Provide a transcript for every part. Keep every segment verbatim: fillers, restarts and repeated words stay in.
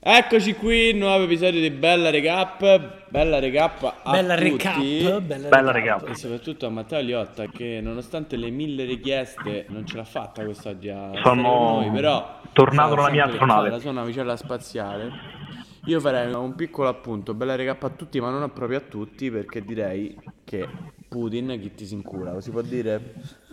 Eccoci qui, nuovo episodio di Bella Recap. Bella Recap a Bella tutti. recap, bella, Bella recap. recap. E soprattutto a Matteo Liotta, che nonostante le mille richieste non ce l'ha fatta quest'oggi a Sono stare con noi, però tornato sta nella mia sempre astronave. la sua navicella spaziale. Io farei un piccolo appunto, Bella Recap a tutti, ma non proprio a tutti, perché direi che Putin chi ti si incura, si può dire?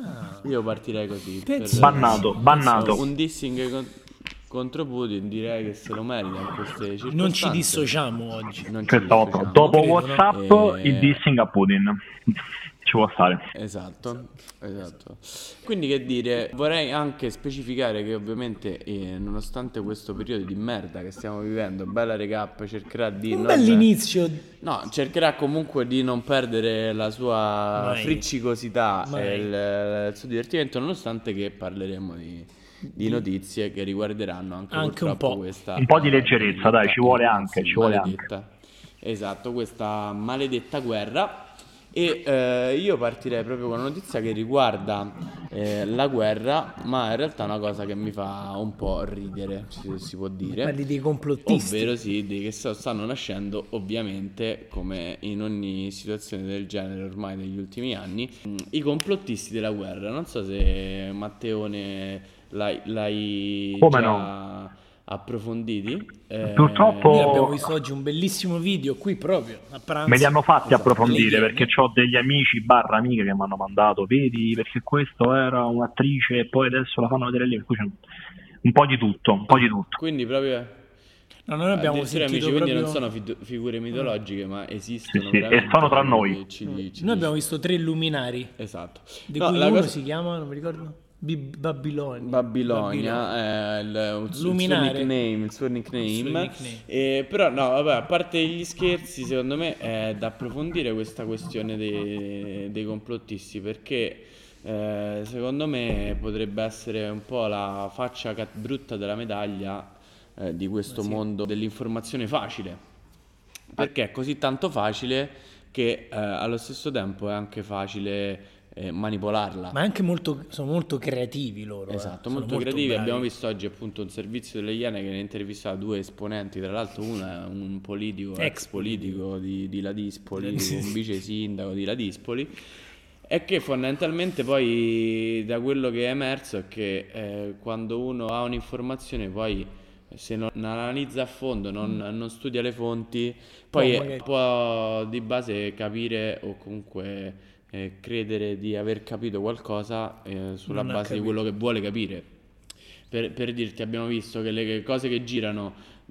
Io partirei così. Penso per- di Bannato, sì, bannato. un dissing con- contro Putin direi che se lo merita in queste circostanze. Non ci dissociamo oggi. Non ci Questa volta, dissociamo. dopo Credo, no? WhatsApp, E- il dissing a Putin. Ci può stare. Esatto, esatto. Quindi che dire, vorrei anche specificare che ovviamente eh, nonostante questo periodo di merda che stiamo vivendo, Bella Recap cercherà di Un non... bell'inizio. No, cercherà comunque di non perdere la sua Mai. friccicosità Mai. e il, il suo divertimento, nonostante che parleremo di, di notizie che riguarderanno anche, Anche un purtroppo po'. questa... Un po' di eh, leggerezza, dai, ci vuole anche, anzi, ci vuole maledetta. Esatto, questa maledetta guerra. E eh, io partirei proprio con una notizia che riguarda eh, la guerra, ma in realtà è una cosa che mi fa un po' ridere, se si può dire. Parli dei complottisti. Ovvero sì, di che sta- stanno nascendo ovviamente, come in ogni situazione del genere ormai negli ultimi anni, mh, i complottisti della guerra. Non so se Matteone l'hai, l'hai Come già approfonditi. Eh, Purtroppo- Noi abbiamo visto oggi un bellissimo video qui proprio a pranzo. Me li hanno fatti Esatto. approfondire Le Iene. perché ho degli amici barra amiche che mi hanno mandato, vedi, perché questo era un'attrice e poi adesso la fanno vedere lì, per cui c'è un po' di tutto, un po' di tutto. Quindi proprio... No, noi abbiamo Addirittura, sentito amici, quindi proprio... non sono fi- figure mitologiche, ma esistono Sì, sì, e veramente. sono tra quello noi. che ci- ci Noi abbiamo dice. visto tre luminari, Esatto. di No, cui la uno cosa- si chiama, non mi ricordo, Bi- Babilonia. Babilonia è il, il suo- il suo Luminare. nickname, il suo nickname. Il suo nickname. E, però no, vabbè, a parte gli scherzi, secondo me è da approfondire questa questione dei, dei complottisti, perché eh, secondo me potrebbe essere un po' la faccia cat- brutta della medaglia eh, di questo Sì. mondo dell'informazione facile, perché è così tanto facile che eh, allo stesso tempo è anche facile eh, manipolarla. Ma anche molto, sono molto creativi loro. eh. Esatto, Sono molto creativi. bravi. Abbiamo visto oggi appunto un servizio delle Iene che ne intervista due esponenti, tra l'altro uno è un politico, ex, Ex politico di, di Ladispoli, Sì, un sì. vice sindaco di Ladispoli, e che fondamentalmente poi da quello che è emerso è che eh, quando uno ha un'informazione poi se non analizza a fondo, non, non studia le fonti, poi Può eh, magari- può di base capire o comunque eh, credere di aver capito qualcosa eh, sulla Non ha base di capito. quello che vuole capire. Per, per dirti, abbiamo visto che le che cose che girano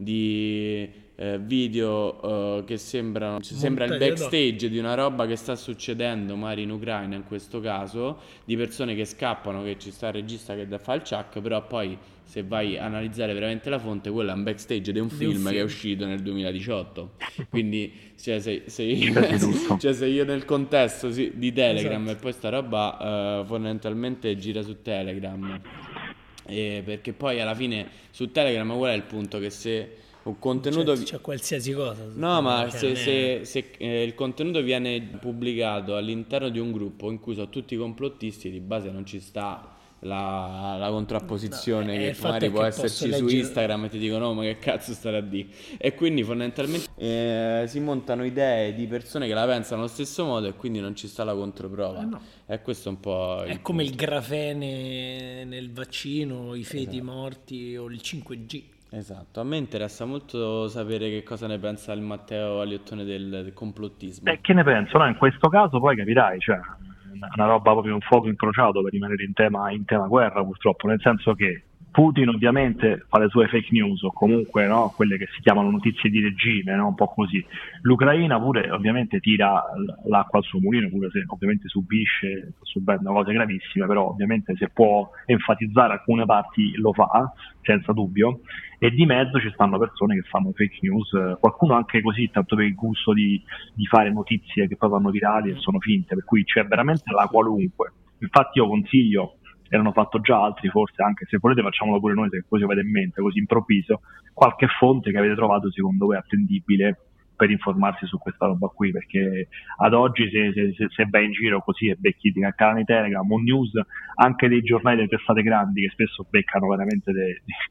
di eh, video eh, che sembrano, cioè, sembra il Montagna backstage di una roba che sta succedendo, magari in Ucraina in questo caso, di persone che scappano, che ci sta il regista che fa il chuck, però poi se vai a analizzare veramente la fonte, quello è un backstage di un un film che è film. uscito nel duemiladiciotto. Quindi cioè, se, se io, C'è di tutto. cioè, se io nel contesto sì, di Telegram Esatto. e poi sta roba eh, fondamentalmente gira su Telegram. Eh, perché poi alla fine su Telegram qual è il punto? Che se un contenuto... Cioè, c'è qualsiasi cosa. No, ma Cioè, se, non è- se- se, eh, il contenuto viene pubblicato all'interno di un gruppo in cui sono tutti complottisti, di base non ci sta la, la contrapposizione No, eh, che il fatto magari è può che esserci posso su leggere- Instagram e ti dicono no, ma che cazzo stare a dire? E quindi fondamentalmente eh, si montano idee di persone che la pensano allo stesso modo e quindi non ci sta la controprova. Eh no. E questo è un po' È il come il punto. grafene nel vaccino, i feti morti o il cinque G. Esatto, a me interessa molto sapere che cosa ne pensa il Matteo Aliottone del, del complottismo. E che ne penso? No, in questo caso poi capirai, cioè, una una roba proprio un fuoco incrociato per rimanere in tema, in tema guerra purtroppo, nel senso che Putin ovviamente fa le sue fake news o comunque no, quelle che si chiamano notizie di regime, no, un po' così. L'Ucraina pure ovviamente tira l- l'acqua al suo mulino, pure se ovviamente subisce, sta subendo cose gravissime, però ovviamente se può enfatizzare alcune parti lo fa, senza dubbio, e di mezzo ci stanno persone che fanno fake news, eh, qualcuno anche così, tanto per il gusto di, di fare notizie che poi vanno virali e sono finte, per cui c'è veramente la qualunque. Infatti io consiglio, e l'hanno fatto già altri forse, anche se volete facciamolo pure noi, se poi si vede in mente, così improvviso, qualche fonte che avete trovato secondo voi attendibile per informarsi su questa roba qui, perché ad oggi se, se, se, se vai in giro così e becchi di canali Telegram o news, anche dei giornali delle testate grandi che spesso beccano veramente de,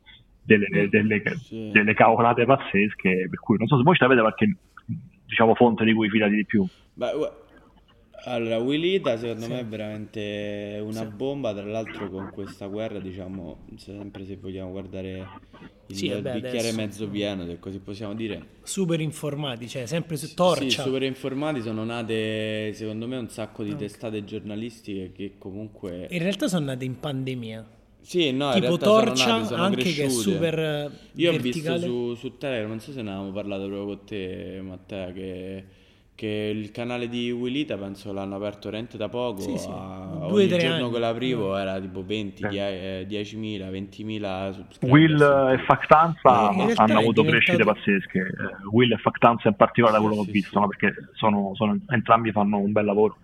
delle, delle, Sì. delle cavolate pazzesche, per cui non so se voi avete qualche, diciamo, fonte di cui fidate di più. Beh, gu- allora, Willita secondo me Sì, è veramente una sì. bomba, tra l'altro con questa guerra, diciamo, sempre se vogliamo guardare Sì, il vabbè, bicchiere adesso. mezzo pieno, se così possiamo dire. Super informati, cioè sempre su S- Sì, Torcia. super informati, sono nate secondo me un sacco di Anche. testate giornalistiche che comunque... In realtà sono nate in pandemia. Sì, no, in Tipo realtà sono nate, Torcia, sono anche che è cresciute. super eh, Io ho visto verticale. su, su Telegram, non so se ne avevamo parlato proprio con te, Matteo, che, che il canale di Willita penso l'hanno aperto veramente da Sì, poco. sì, a- due o ogni tre giorno che anni. l'aprivo No. era tipo venti, Sì. die- eh, diecimila, ventimila Will subscribers in e più. Factanza In E, hanno realtà è avuto crescite diventato. pazzesche. Eh, Will e Factanza in particolare da sì, quello che ho sì, visto, sì. no? Perché sono, sono- entrambi fanno un bel lavoro.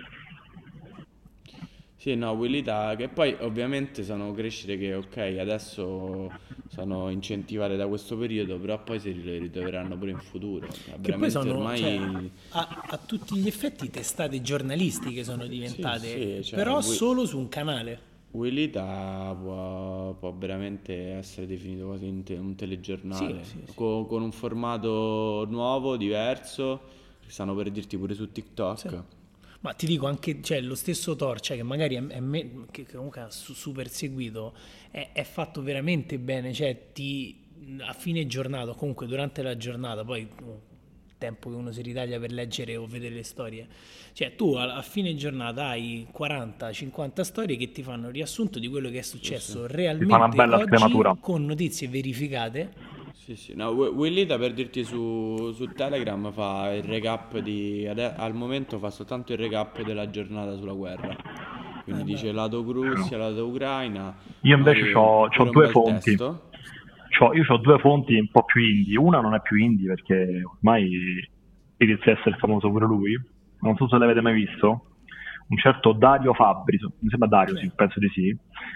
Sì, no, Willita, che poi ovviamente sono crescite che, ok, adesso sono incentivate da questo periodo, però poi si le ritroveranno pure in futuro. Cioè, Che poi veramente sono, cioè, ormai... a, a tutti gli effetti testate giornalistiche sono Sì, diventate, sì, cioè, però Wi- solo su un canale. Willita può, può veramente essere definito quasi un, te- un Sì, telegiornale, sì, sì. co- con un formato nuovo, diverso, stanno per dirti pure su Sì. TikTok. Ma ti dico anche, cioè, lo stesso Torcia, che magari è, è me- che che comunque ha su- super seguito, è, è fatto veramente bene, cioè ti, a fine giornata, o comunque durante la giornata, poi uh, tempo che uno si ritaglia per leggere o vedere le storie, cioè tu a, a fine giornata hai quaranta cinquanta storie che ti fanno il riassunto di quello che è Sì, sì. successo Ti fa una realmente bella scrematura. oggi con notizie verificate. Sì, sì, no, Wi- Willita per dirti su, su Telegram fa il recap di, ade- al momento fa soltanto il recap della giornata sulla guerra, quindi Eh, dice beh. lato Russia, lato Ucraina, Io invece magari ho pure un due bel fonti. testo. C'ho- io ho due fonti un po' più indie. Una non è più indie perché ormai inizia a essere famoso pure lui. Non so se l'avete mai visto. Un certo Dario Fabbri, so- mi sembra Dario, Sì. sì, penso di sì.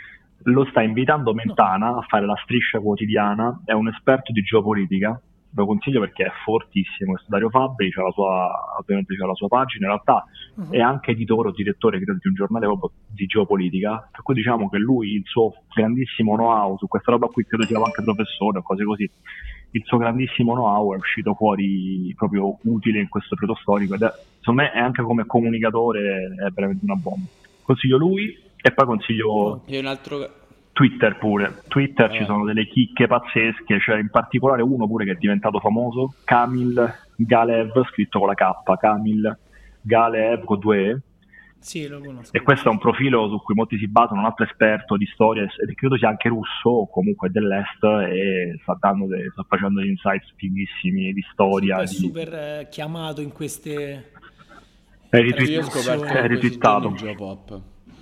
Lo sta invitando No. Mentana a fare la striscia quotidiana. È un esperto di geopolitica. Lo consiglio perché è fortissimo questo Dario Fabbri, c'ha la sua, ovviamente c'ha la sua pagina. In realtà è anche editore o direttore, credo, di un giornale proprio di geopolitica, per cui diciamo che lui, il suo grandissimo know-how su questa roba qui, credo sia anche professore o cose così, il suo grandissimo know-how è uscito fuori proprio utile in questo periodo storico ed è, secondo me è anche come comunicatore è veramente una bomba. Consiglio lui e poi consiglio No. E un altro... Twitter pure. Twitter Vai, ci vai. sono delle chicche pazzesche, cioè in particolare uno pure che è diventato famoso, Kamil Galev, scritto con la K, Kamil Galev con due E, Sì, lo conosco. e questo è un profilo su cui molti si basano, un altro esperto di storia, e credo sia anche russo o comunque dell'est, e sta, dando de- sta facendo degli insights fighissimi di Sì, storia. poi è Di... super eh, chiamato in queste È, Sì, io ho retweet- scoperto è trasmissioni. in questi giorni retweetato. Geopop.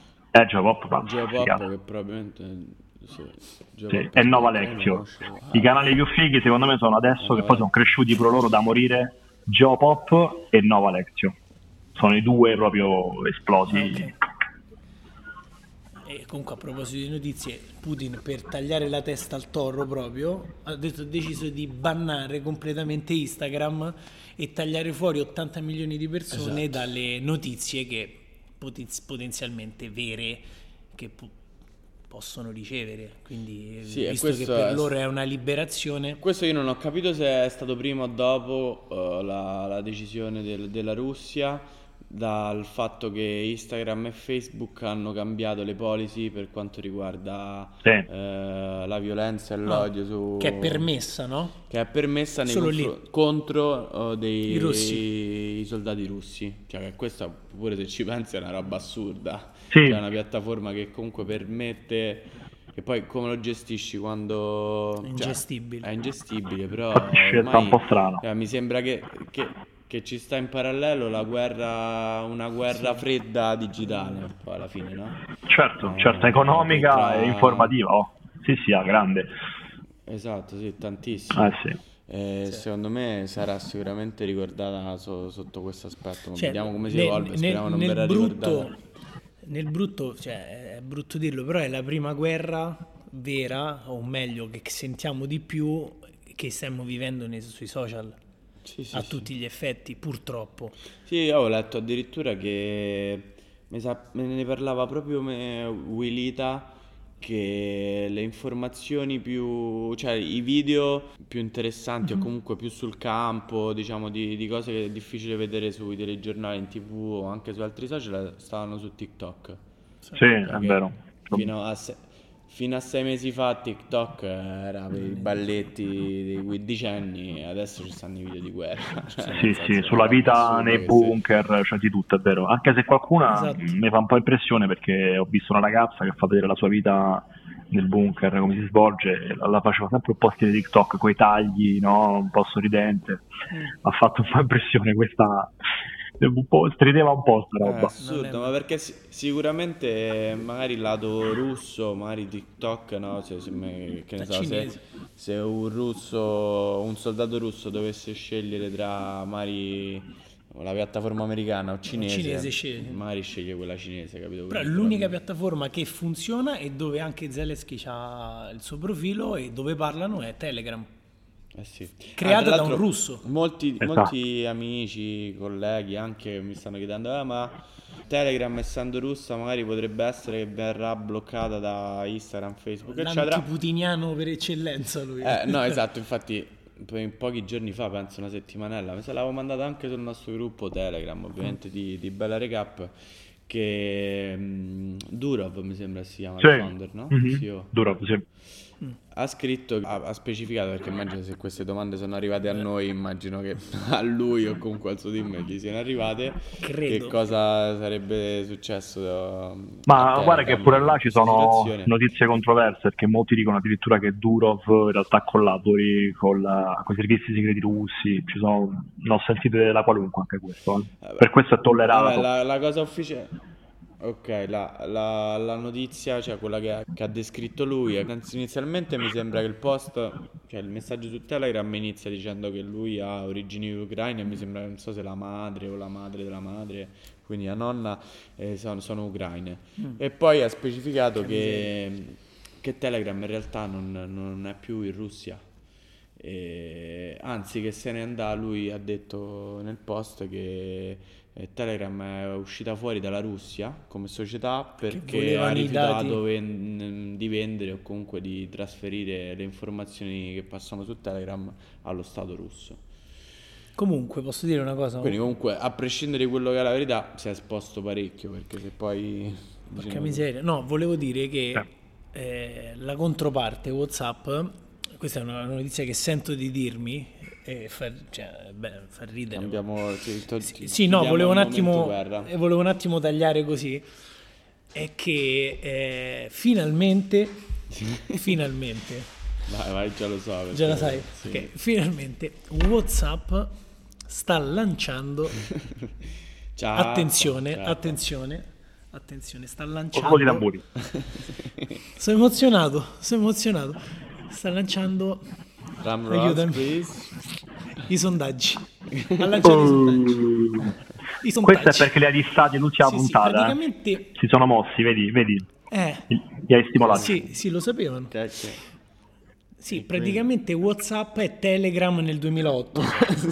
È Geopop, ma Geopop figata. che probabilmente... Sì, Sì, Geopop è Nova aspetta, io lo Lectio. conoscevo. I Ah, canali più fighi secondo me sono è adesso che Nova poi sono Lectio. cresciuti pro loro da morire, Geopop e Nova Lectio. Sono i due proprio esplosi. Ah, ok. E comunque a proposito di notizie, Putin per tagliare la testa al toro proprio ha detto, ha deciso di bannare completamente Instagram e tagliare fuori ottanta milioni di persone Esatto. dalle notizie che potenz- potenzialmente vere che po- possono ricevere. Quindi Sì, e visto che questo per è... loro è una liberazione, Questo io non ho capito se è stato prima o dopo eh, la, la decisione del- della Russia, dal fatto che Instagram e Facebook hanno cambiato le policy per quanto riguarda Sì. eh, la violenza e ah, l'odio su... che è permessa, no? che è permessa nei Solo lì. confro- contro eh, dei I russi. i soldati russi. Cioè che questa pure se ci pensi è una roba assurda. Sì. Cioè è una piattaforma che comunque permette, che poi come lo gestisci quando... È cioè, ingestibile. è ingestibile, però Infatti scelta un ormai po' strana. eh, mi sembra che, che- che ci sta in parallelo la guerra, una guerra fredda digitale, poi alla fine, no? Certo, certo, Eh, economica tra... e informativa. Oh. Sì, sì, a grande. Esatto, sì, tantissimo. Eh sì. E Sì. secondo me sarà sicuramente ricordata so- sotto questo aspetto, ma Cioè, vediamo come si ne- evolve, nel, speriamo non nel verrà brutto, ricordata. nel brutto, cioè, è brutto dirlo, però è la prima guerra vera, o meglio, che sentiamo di più, che stiamo vivendo nei- sui social, Sì, sì, a sì. tutti gli effetti, purtroppo. Sì, io ho letto addirittura che mi sa- me ne parlava proprio me- Willita, che le informazioni più, cioè i video più interessanti Mhm. o comunque più sul campo, diciamo di, di cose che è difficile vedere sui telegiornali, in T V o anche su altri social, stavano su TikTok. Sì. Sì, è Cioè che vero. fino a, se- fino a sei mesi fa TikTok era per i balletti dei quindicenni e adesso ci stanno i video di guerra. Cioè, nel Sì, sì, senso, è una sulla roba vita assurda nei che se... bunker c'è di tutto, è vero. Anche se qualcuna Esatto. mh, mi fa un po' impressione perché ho visto una ragazza che fa vedere la sua vita nel bunker, come si svolge, e la, la faceva sempre un po' stile TikTok, coi tagli, no? Un po' sorridente. Mm. Ha fatto un po' impressione questa, un po', strideva un po' sta È roba. Non è assurdo, ma vero. perché si- sicuramente magari il lato russo, magari TikTok, no? Se, se me- che ne Da so, se, cinese. se un russo, un soldato russo dovesse scegliere tra magari la piattaforma americana o Cinese cinese, sceglie. magari sceglie quella cinese, capito? Però è Quindi l'unica probabilmente... piattaforma che funziona e dove anche Zelensky ha il suo profilo e dove parlano è Telegram, Eh sì. Ah, creata tra da un l'altro russo. molti, Esatto. molti amici, colleghi anche mi stanno chiedendo, "Ah, ma Telegram essendo russa magari potrebbe essere che verrà bloccata da Instagram, Facebook, eccetera." L'antiputiniano per eccellenza lui. Eh, no, esatto, infatti po- pochi giorni fa, penso una settimanella, mi se l'avevo mandata anche sul nostro gruppo Telegram, ovviamente di, di Bella Recap, che mh, Durov mi sembra si chiama il Sì, founder, no? mhm, C E O. duro, sì. Ha scritto, ha, ha specificato, perché immagino se queste domande sono arrivate a noi, immagino che a lui o comunque al suo team gli siano arrivate, che Credo. cosa sarebbe successo a Ma guarda che Telegram pure in là ci questa sono situazione. notizie controverse perché molti dicono addirittura che Durov in realtà collabori con i servizi segreti russi, ci sono, ne ho sentite della qualunque anche questo, eh. Vabbè, Per questo è vabbè, tollerato. la, la cosa ufficiale. Ok, la, la- la notizia, cioè quella che ha, che ha descritto lui, è- inizialmente mi sembra che il post, cioè il messaggio su Telegram inizia dicendo che lui ha origini ucraine e mi sembra, non so se la madre o la madre della madre, quindi la nonna, eh, sono, sono ucraine. E poi ha specificato che, che Telegram in realtà non, non è più in Russia. E, anzi, che se ne andà, lui ha detto nel post che eh, Telegram è uscita fuori dalla Russia come società perché ha volevano i rifiutato dati. ven- di vendere o comunque di trasferire le informazioni che passano su Telegram allo Stato russo. Comunque posso dire una cosa, Quindi comunque, a prescindere di quello che è la verità, si è esposto parecchio, perché se poi... porca diciamo- miseria. No, volevo dire che Eh. eh, la controparte WhatsApp, questa è una notizia che sento di dirmi e fa, cioè, beh, fa ridere. Abbiamo, sì, to- Sì, sì, no, chiudiamo volevo un il attimo, momento guerra. eh, volevo un attimo tagliare così. È che eh, finalmente, finalmente, Vai, vai, già lo so. perché- già la sai, sì. ok, finalmente WhatsApp sta lanciando, Ciao, attenzione, ciao. attenzione, attenzione, sta Un po' di lanciando, tamburi. sono emozionato, sono emozionato, sta lanciando Drum rolls, Aiutami. please. i sondaggi, ha lanciato i sondaggi, Uh, i sondaggi. questo è perché li hai dissati l'ultima Sì, sì, puntata, eh. praticamente, Si sono mossi, vedi, vedi, eh, li hai stimolati. sì, sì, lo sapevano. Ok, ok. Sì, E praticamente WhatsApp è Telegram nel duemilaotto.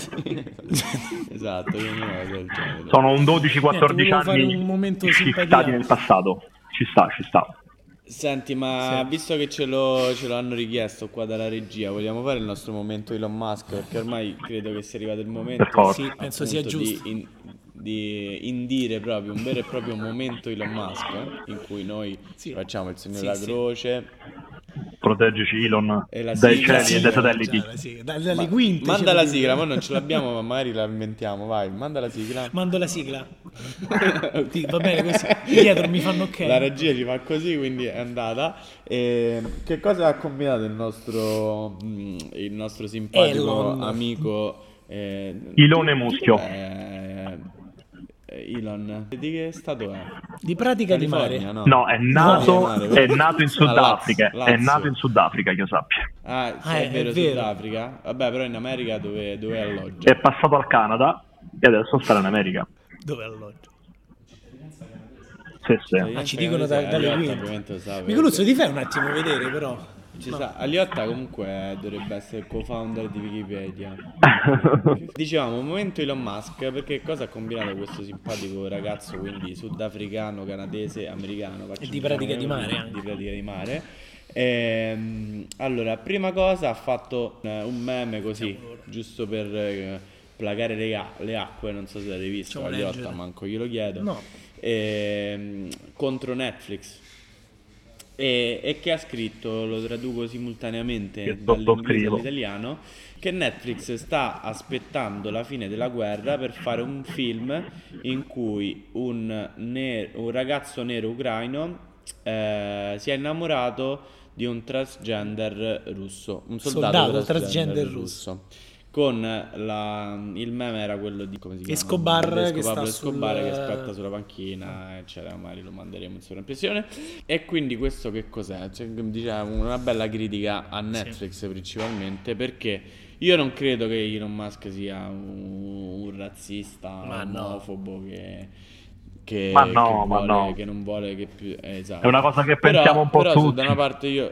Esatto, io mi vedo del genere. Sono un dodici quattordici volevo fare anni un momento shiftati simpatia. nel passato. Ci sta, ci sta. Senti, ma Sì. visto che ce lo, ce lo hanno richiesto qua dalla regia, vogliamo fare il nostro momento Elon Musk? Perché ormai credo che sia arrivato il momento, Per forza. Sì, penso sia appunto, giusto. di, in- di indire proprio un vero e proprio momento Elon Musk, eh, in cui noi Sì. facciamo il segno Sì, della sì. croce. Proteggici Elon E la dai sigla, cieli e sì, dai già, satelliti. Già, sì, da- dalle Ma- quinte. manda ce la lo sigla, dico. ma non ce l'abbiamo, ma magari la inventiamo. Vai, manda la sigla. Mando la sigla. Sì, va bene così. Dietro mi fanno ok. La regia ci fa così, quindi è andata. E che cosa ha combinato il nostro, mm, il nostro simpatico Elon. amico eh, Ilone di- di Muschio. dov'è, eh, Elon? Di che stato è? Di pratica di California, mare. no? No, è nato, Mare, è vero? nato in Ah, Sudafrica. Lazio, È Lazio. nato in Sudafrica, che io sappia. Ah, sì, Ah, è è- vero, è vero. Sudafrica. Vabbè, però in America dove, dove alloggia? È passato al Canada e adesso sta in America. Dove alloggio? Sì, sì. Ah, ci dicono da- dalle Arietta, quinte. ovviamente lo sa, Micoluzzo, ti fai un attimo vedere però. Ci No. sa, Aliotta comunque dovrebbe essere il co-founder di Wikipedia. Dicevamo, momento Elon Musk, perché cosa ha combinato questo simpatico ragazzo, quindi sudafricano, canadese, americano, faccio E di un pratica genere, di mare quindi anche. di pratica di mare. Ehm, allora, prima cosa ha fatto eh, un meme così, giusto per eh, placare le, a- le acque, non so se l'avete visto, Facciamo Aliotta, leggere. manco glielo chiedo, No. Ehm, contro Netflix. E, e che ha scritto, lo traduco simultaneamente Che dall'inglese sottoscrivo. all'italiano, che Netflix sta aspettando la fine della guerra per fare un film in cui un, ne- un ragazzo nero ucraino eh, si è innamorato di un transgender russo, un soldato, Soldato transgender, transgender russo. Con la, il meme era quello di come si chiama? Escobar Di che sta Escobar sul- che aspetta sulla panchina, eccetera. Magari lo manderemo in sovraimpressione. E quindi questo che cos'è? Cioè, diciamo, una bella critica a Netflix principalmente, perché io non credo che Elon Musk sia un, un razzista, Ma un no. omofobo che, che, Ma no, che ma vuole, no. che non vuole che più... eh, esatto. È una cosa che Però- pensiamo un po' però se tutti. da una parte io...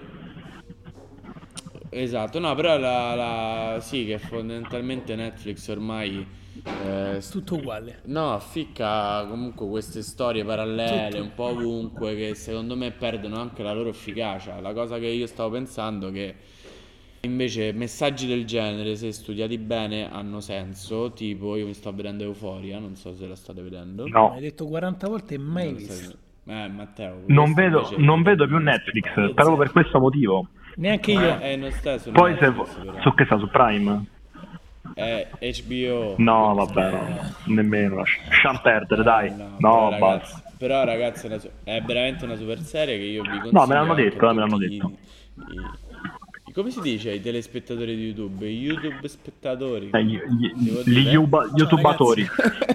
Esatto, no, però la, la- sì, che fondamentalmente Netflix ormai eh, s- Tutto uguale. no, ficca comunque queste storie parallele Tutto. un po' ovunque che secondo me perdono anche la loro efficacia. La cosa che io stavo pensando che invece messaggi del genere, se studiati bene, hanno senso, tipo io mi sto vedendo Euphoria, non so se la state vedendo. No, L'hai detto quaranta volte e mai Non la visto. state- Eh, Matteo, non questo vedo, invece non ti vedo devi più Netflix, aspettare. proprio per questo motivo. Neanche Eh, io. è lo stesso Poi se Netflix, però. su che sta su Prime? È H B O. No, quindi vabbè, sta- no, nemmeno. lascia- Lasciamo perdere, Eh, dai. no, No, però, basta. ragazzi, però ragazzi è, una su- è veramente una super serie che io vi consiglio. No, me l'hanno anche detto, a eh, me l'hanno tutti detto. i- i- come si dice ai telespettatori di YouTube? I YouTube spettatori. Eh, gli, gli, Si può gli dire? youba- youtubatori.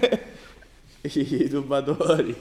I tubatori.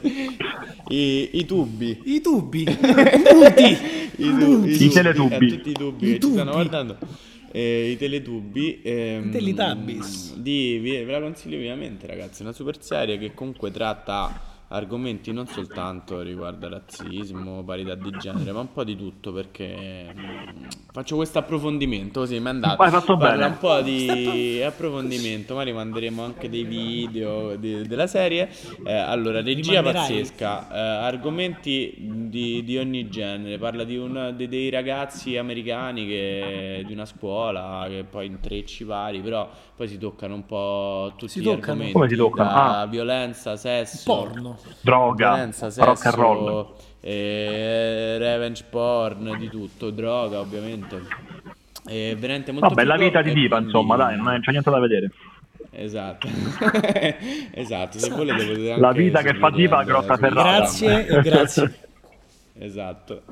I, i tubi. I tubi. Tutti. I, tu- I tubi, teletubi. a tutti i tubi I che ci stanno tubi. guardando. Eh, I teletubi. ehm, I Teletubbies. di- vi- ve la consiglio vivamente, ragazzi. È una super serie che comunque tratta argomenti non soltanto riguardo al razzismo, parità di genere, ma un po' di tutto, perché mm, faccio questo approfondimento, così mi è andato. Hai fatto Parla bene. un po' di approfondimento, magari manderemo anche dei video di- della serie. Eh, allora, regia manderai? pazzesca, eh, argomenti di, di ogni genere. Parla di un- de- dei ragazzi americani che, di una scuola che poi intrecci vari, però poi si toccano un po' tutti Si gli toccano? argomenti. Come si toccano? Da Ah. violenza, sesso, Porno. Droga, violenza, rock and roll. sesso, eh, revenge porn, di tutto, droga ovviamente. È veramente molto Vabbè, la figo vita di e diva, quindi- insomma, dai, non è- c'è niente da vedere. Esatto. Esatto, se volete potete anche La vita che fa seguire diva, il- Grotta su Ferrata. Grazie e grazie. Esatto.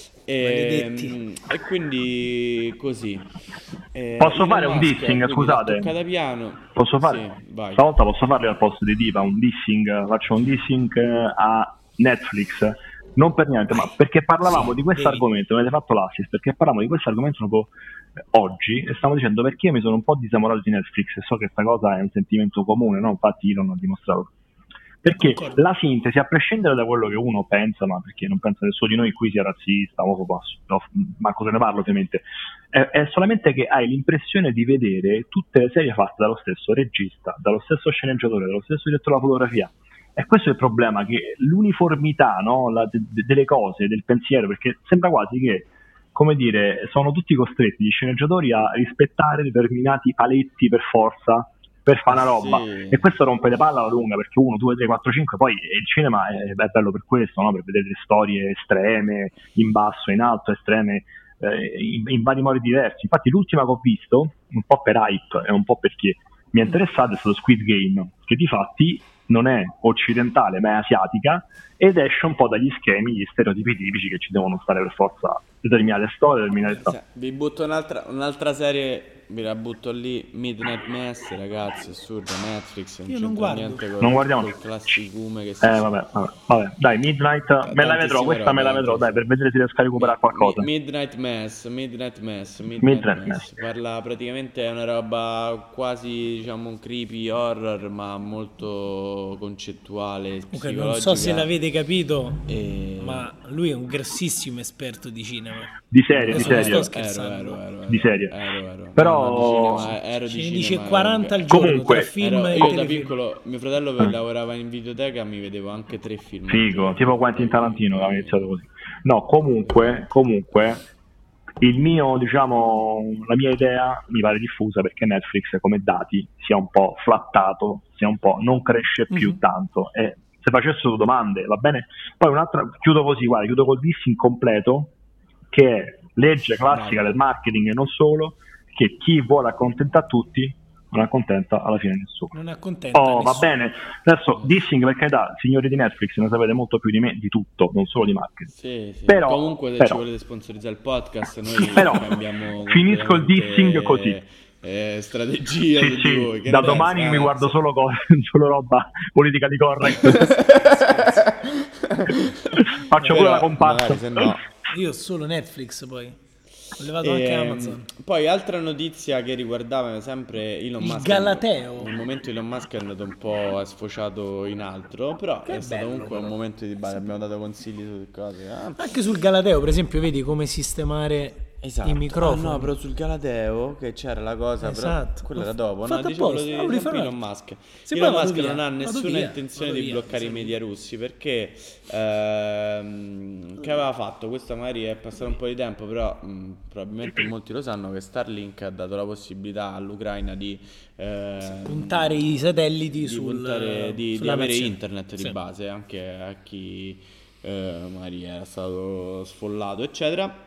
Maledetti. E, e quindi così. Eh, Posso Elon fare un Musk, dissing, quindi scusate? l'ha toccata piano. Posso fare? Sì, vai. Stavolta posso farle al posto di diva un dissing, faccio un dissing eh, a Netflix, non per niente, ma perché parlavamo Sì, di questo devi. argomento, mi avete fatto l'assist, perché parlavamo di questo argomento proprio eh, oggi e stavo dicendo perché io mi sono un po' disamorato di Netflix e so che questa cosa è un sentimento comune, no? Infatti Elon ha dimostrato. Perché Concordo. la sintesi, a prescindere da quello che uno pensa, ma perché non penso nessuno di noi qui sia razzista, omofobo, no, manco se ne parla ovviamente, è, è solamente che hai l'impressione di vedere tutte le serie fatte dallo stesso regista, dallo stesso sceneggiatore, dallo stesso direttore della fotografia. E questo è il problema, che l'uniformità, no, la- de- de- delle cose, del pensiero, perché sembra quasi che, come dire, sono tutti costretti gli sceneggiatori a rispettare determinati paletti per forza, per fare una roba. Sì. E questo rompe le palle alla lunga, perché uno, due, tre, quattro, cinque, poi il cinema è, è bello per questo, no? Per vedere le storie estreme, in basso, in alto, estreme, eh, in, in vari modi diversi. Infatti l'ultima che ho visto, un po' per hype e un po' perché mi è interessato, è stato Squid Game, che di fatti non è occidentale ma è asiatica ed esce un po' dagli schemi, gli stereotipi tipici che ci devono stare per forza determinate storie, determinate storie. Vi butto un'altra, un'altra serie, vi la butto lì, Midnight Mass, ragazzi, assurdo, Netflix, non Io non c'entra guardo. niente col, Non guardiamo. col classicume che si Eh vabbè, vabbè, vabbè, dai, Midnight, me la vedrò, Tantissime questa me la robe, vedrò, dai, per vedere se riesco a recuperare qualcosa. Mi- Midnight Mass, Midnight Mass, Midnight, Midnight Mass. Mass. Parla praticamente, è una roba quasi, diciamo, un creepy horror, ma molto concettuale, Comunque psicologica. non so se l'avete capito, E- ma lui è un grossissimo esperto di cinema. Di serie, Adesso di non serie. sto scherzando. Ero, ero, ero, ero, Di serie. Ero, ero. Però- No, no, di cinema, ero di Ce ne cinema, dice ero- quaranta al giorno Comunque, tra film ero- e io da telefilm. piccolo, mio fratello che lavorava in videoteca, mi vedevo anche tre film. Figo, tipo Quentin Tarantino che aveva iniziato così. No, comunque, comunque, il mio, diciamo, la mia idea mi pare diffusa perché Netflix come dati sia un po' flattato, sia un po' non cresce più Mhm. tanto e se facessero domande, va bene? Poi un'altra, chiudo così, guarda, chiudo col dissing completo che è legge classica Vai. del marketing e non solo, che chi vuole accontentare tutti non accontenta alla fine nessuno. Non accontenta Oh, va nessuno. bene. Adesso dissing per carità, signori di Netflix, ne sapete molto più di me di tutto, non solo di marketing. Sì, sì. Però- Comunque, se però- ci volete sponsorizzare il podcast, noi Però, cambiamo finisco il completamente, dissing così. eh, strategia Sì, su di sì, voi. Che da ne domani pensi? mi Ah, guardo sì. solo, cose, solo roba politica di correct. Faccio pure Però, la comparsa. magari, se no. Io ho solo Netflix poi. Ho levato anche Ehm, Amazon. Poi altra notizia che riguardava sempre Elon Il Musk. Galateo. Nel momento Elon Musk è andato un po' è sfociato in altro, però Che è stato bello, comunque un però. momento di dibattito, abbiamo dato consigli su cose. ah. Anche sul Galateo, per esempio, vedi come sistemare Esatto. i microfoni. Ah, no, però sul Galateo che c'era la cosa, Esatto. però quella era Ho dopo. No, fatto dicevo apposta. quello Ah, di volevi sempre fare Elon un Musk. Sì, Elon poi vado Musk via, non ha vado nessuna via, intenzione vado di via, bloccare i sì. media russi perché ehm, che aveva fatto? Questo magari è passato un po' di tempo, però mh, probabilmente molti lo sanno che Starlink ha dato la possibilità all'Ucraina di ehm, Puntare i satelliti di, sul, puntare- di, di sulla avere nazione. internet di Sì. base anche a chi eh, magari era stato sfollato, eccetera.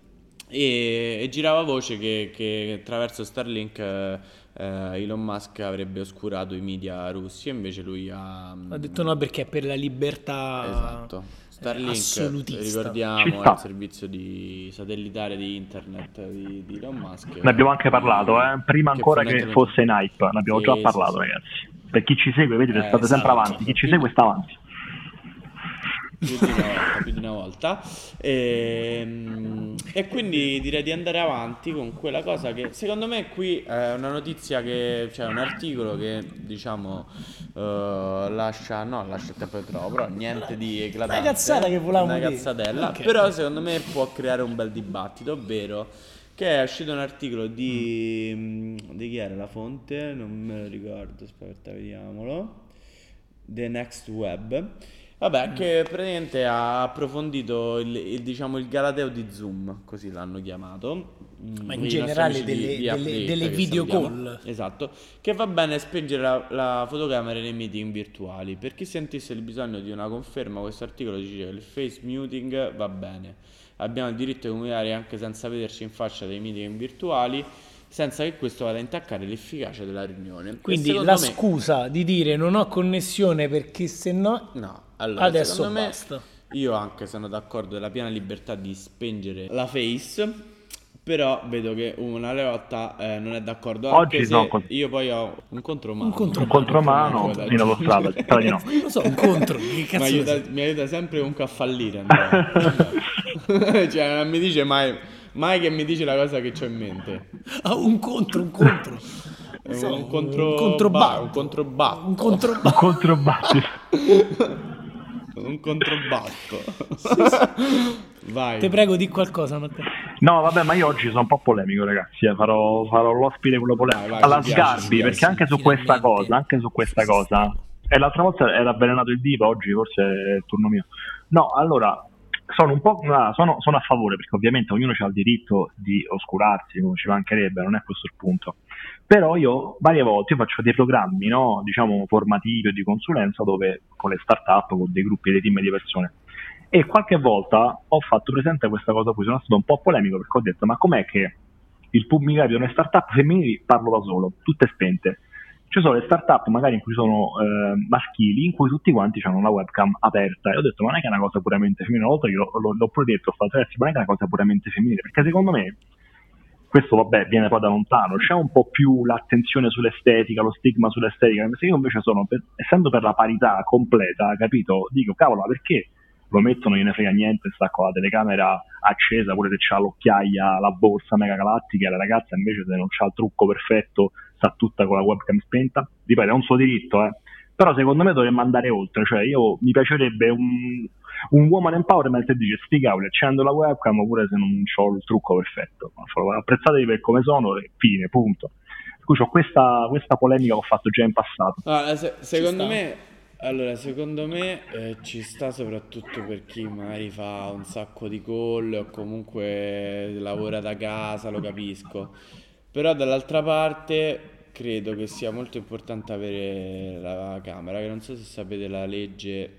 E, e girava voce che, che attraverso Starlink eh, eh, Elon Musk avrebbe oscurato i media russi e invece lui ha... Ha detto no perché è per la libertà Esatto. eh, Starlink, assolutista. Ci ricordiamo, sta. è il servizio di satellitare di internet di, di Elon Musk. Ne abbiamo anche parlato, eh? prima Che ancora che fondamentalmente- fosse in hype, ne abbiamo Sì, già sì, parlato sì. ragazzi. Per chi ci segue, vedete, Eh, state sempre esatto. avanti, chi ci Quindi- segue sta avanti. più di una volta, più di una volta. Ehm, E, quindi direi di andare avanti con quella cosa che secondo me qui è una notizia che, cioè un articolo che diciamo eh, lascia, no, lascia il tempo che trovo, però niente di eclatante. Una cazzata che volevamo Una dire. cazzatella, Ok. però secondo me può creare un bel dibattito, ovvero che è uscito un articolo di, mm, di chi era la fonte? Non me lo ricordo, aspetta, vediamolo. The Next Web. Vabbè, che praticamente ha approfondito il, il, diciamo, il Galateo di Zoom, così l'hanno chiamato. Mm, Ma in i nostri generale amici di- delle- di delle- Update, delle che video salutiamo. call. Esatto, che va bene spengere la, la fotocamera nei meeting virtuali. Per chi sentisse il bisogno di una conferma, questo articolo dice che il face muting va bene. Abbiamo il diritto di comunicare anche senza vederci in faccia dei meeting virtuali, senza che questo vada a intaccare l'efficacia della riunione. E Quindi secondo la me- scusa di dire non ho connessione perché se no No, allora, adesso secondo me, basta. io anche sono d'accordo della piena libertà di spengere la face, però vedo che una Leotta eh, non è d'accordo. Anche Oggi se no, con- io poi ho un contromano. Un contromano. Un contromano Ecco, dai. in autostrada, spera di no. Non so, un contro, che mi, cazzo aiuta, ne so? mi aiuta sempre comunque a fallire, Andrea. Cioè non mi dice mai, mai che mi dice la cosa che ho in mente. Ah, un contro, un contro. È Non so, un contro- un controbatto. ba- un controbatto. Un controbatto. Controbatto. Un controbatto. Vai. Ti prego di qualcosa, Matteo. No, vabbè, ma io oggi sono un po' polemico, ragazzi. eh, Farò, farò l'ospite quello polemico. Vai, vai, Alla ci piace, ci Sgarbi, piace. perché anche su questa Finalmente. cosa, anche su questa cosa. E l'altra volta era avvelenato il Diva, oggi forse è il turno mio. No, allora, sono un po'. no, sono, sono a favore, perché ovviamente ognuno ha il diritto di oscurarsi, come ci mancherebbe, non è questo il punto. Però io varie volte io faccio dei programmi, no, diciamo formativi o di consulenza, dove con le start-up, con dei gruppi, dei team di persone. E qualche volta ho fatto presente questa cosa qui, sono stato un po' polemico perché ho detto ma com'è che il pubblicario delle start-up femminili parlo da solo, tutte spente. Ci sono le start-up magari in cui sono eh, maschili, in cui tutti quanti hanno la webcam aperta e ho detto ma non è che è una cosa puramente femminile, una volta che l'ho, l'ho, l'ho pure detto, ho fatto ragazzi, ma non è che è una cosa puramente femminile, perché secondo me questo vabbè viene poi da lontano, c'è un po' più l'attenzione sull'estetica, lo stigma sull'estetica, se io invece sono, per, essendo per la parità completa, capito, dico cavolo, ma perché lo mettono, non gliene frega niente, sta con la telecamera accesa, pure se c'ha l'occhiaia, la borsa mega galattica, e la ragazza invece se non c'ha il trucco perfetto sta tutta con la webcam spenta, ripeto, è un suo diritto, eh. Però secondo me dovremmo andare oltre, cioè io mi piacerebbe un, un woman empowerment e dice sti cavoli, accendo la webcam oppure se non ho il trucco perfetto, apprezzatevi per come sono e fine, punto. Per cui ho questa, questa polemica che ho fatto già in passato. Allora, se, secondo me allora secondo me eh, ci sta soprattutto per chi magari fa un sacco di call o comunque lavora da casa, lo capisco, però dall'altra parte credo che sia molto importante avere la camera, che non so se sapete la legge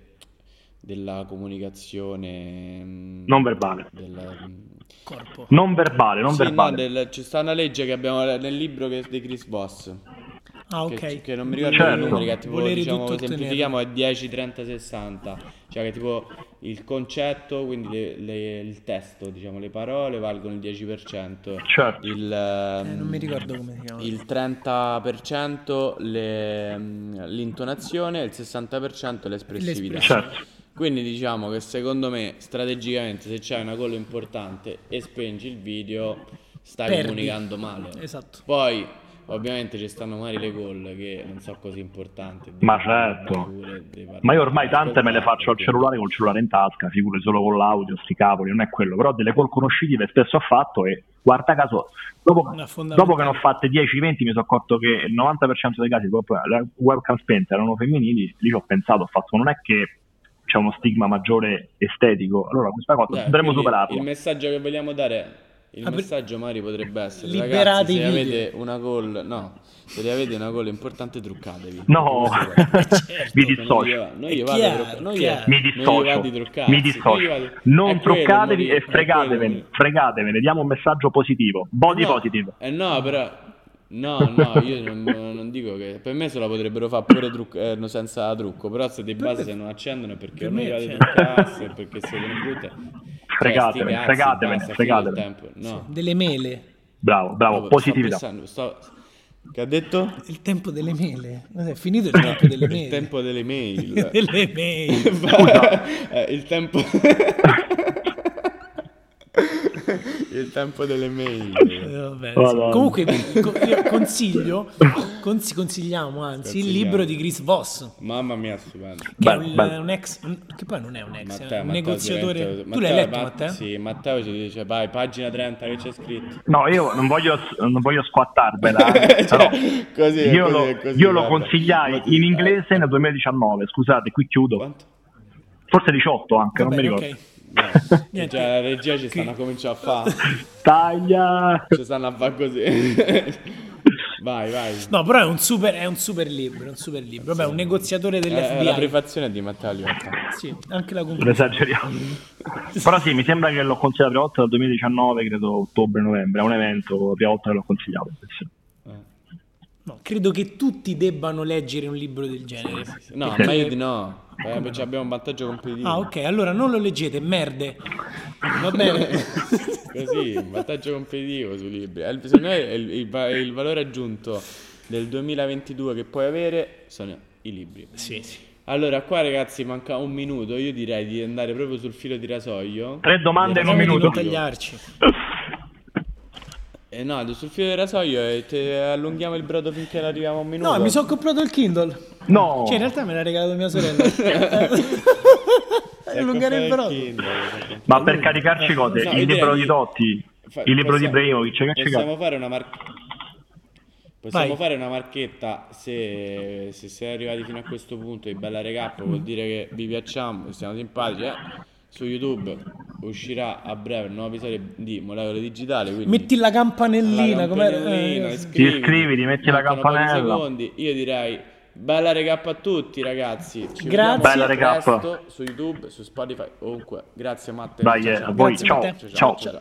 della comunicazione mh, Non verbale. del, Corpo. Non verbale, non sì, no, verbale. del- c'è sta una legge che abbiamo nel libro che, di Chris Voss. Ah, Che, ok. che non mi ricordo Certo. i numeri, che tipo Volere diciamo tutto ottenere. semplifichiamo è dieci, trenta, sessanta, cioè che tipo il concetto, quindi le- le- il testo, diciamo le parole valgono il dieci per cento, Certo. il, Eh, ehm, non mi ricordo come si chiama. il trenta per cento le- l'intonazione e il sessanta per cento l'espressività. L'espressione. Certo. Quindi diciamo che secondo me strategicamente se c'hai una call importante e spingi il video stai Perdi. comunicando male. Esatto. Poi ovviamente ci stanno magari le call che non so così importanti. Ma devi- certo. pure devi parlare- Ma io ormai tante me le faccio al perché- cellulare col cellulare in tasca, figure solo con l'audio, sti cavoli, non è quello, però delle call conoscitive spesso ho fatto e guarda caso, dopo, Una fondamentale. dopo che ne ho fatte dieci venti mi sono accorto che il novanta per cento dei casi proprio le webcam spente erano femminili, lì ci ho pensato, ho fatto, non è che c'è uno stigma maggiore estetico, allora questa cosa Dai, dovremmo quindi superarlo. il messaggio che vogliamo dare, il Ah, per- messaggio Mari potrebbe essere Liberate ragazzi, i se video. avete una call, no, se avete una call importante truccatevi. No, Questo mi è- dissocio. non È gli vado chiaro, trucca- non gli- chiaro. Mi non gli dissocio, vado di truccarsi, mi non gli dissocio. vado- Non è quello, truccatevi non gli- e è fregatevene, quello. fregatevene, diamo un messaggio positivo, body Eh no, positive. eh no, però no, no, io non, non dico che per me se la potrebbero fare pure trucco, eh, no, senza trucco, però se di base se non accendono è perché per non me gli vado di c'è. truccarsi, è perché siete brutte. Fregatevene, Cioè, sti cazzi, fregatevene, basta, fine del fregatevene. tempo. No. Delle mele. Bravo, bravo, Sto positività. pensando, sto- Che ha detto? Il tempo delle mele. Non è finito il tempo delle mele. Il tempo delle mail. delle mele. Eh, il tempo il tempo delle mail. Eh, vabbè, Madonna. sì. Comunque co- io consiglio, consi- consigliamo anzi il Consigliamo. libro di Chris Voss, Mamma mia, stupendo. che Bello, è un, bello. un ex, un- che poi non è un ex, Matteo, è un Matteo negoziatore. sicuramente- Tu l'hai letto, Ma- Matteo? Sì, Matteo ci dice, vai, pagina trenta che c'è scritto. No, io non voglio, non voglio squattarvela, eh, Cioè, però così, io, così, lo, così, io lo guarda. consigliai Ma ti- in inglese nel duemiladiciannove, scusate, qui chiudo. Quanto? Forse diciotto anche, Va non mi bene, ricordo. ok. No. Niente. Cioè, la regia ci stanno a cominciare a fare. Taglia! Ci stanno a fare così. Vai, vai. No, però è un super, è un super libro, è un super libro. Vabbè, un negoziatore Eh, dell'F B I. la prefazione è di Matteo Liotta. Sì, anche la Non conclusione. esageriamo. Però sì, mi sembra che l'ho consigliato la prima volta dal duemiladiciannove, credo ottobre-novembre, è un evento, la prima volta che l'ho consigliato. Sì. No, credo che tutti debbano leggere un libro del genere. No, Sì. meglio di no. Eh, perché abbiamo un vantaggio competitivo. Ah, ok, allora non lo leggete, merde. Va bene. Così, un vantaggio competitivo sui libri. Eh, Secondo me il, il va- il valore aggiunto del duemilaventidue che puoi avere sono i libri. Sì, sì. Allora, qua ragazzi manca un minuto. Io direi di andare proprio sul filo di rasoio. Tre domande in un Speriamo di minuto. non tagliarci. Eh no, sul filo di rasoio e te allunghiamo il brodo finché arriviamo a un minuto. No, mi sono comprato il Kindle. No! Cioè, in realtà me l'ha regalato mia sorella. Sai allungare il comprare brodo. Kindle, sai comprare- Ma per caricarci cose, No, il io libro direi di di- Totti, Fa- il libro di possiamo- Ibrahimovic, che ci Possiamo cazzo? fare una mar- Possiamo Vai. fare una marchetta se, se sei arrivati fino a questo punto di bella recap, vuol dire che vi piacciamo, che siamo simpatici, eh? Su YouTube uscirà a breve un nuovo episodio di Molecole Digitali, quindi Metti la campanellina, la come campanellina, eh, Ti iscriviti, metti la mancano pochi campanella. secondi. Io direi bella recap a tutti ragazzi, ci Grazie. vediamo Bella recap. presto su YouTube, su Spotify, ovunque. Grazie Matteo. Vai, Ciao, eh, ciao. a voi, Grazie, ciao, Matteo. ciao. ciao.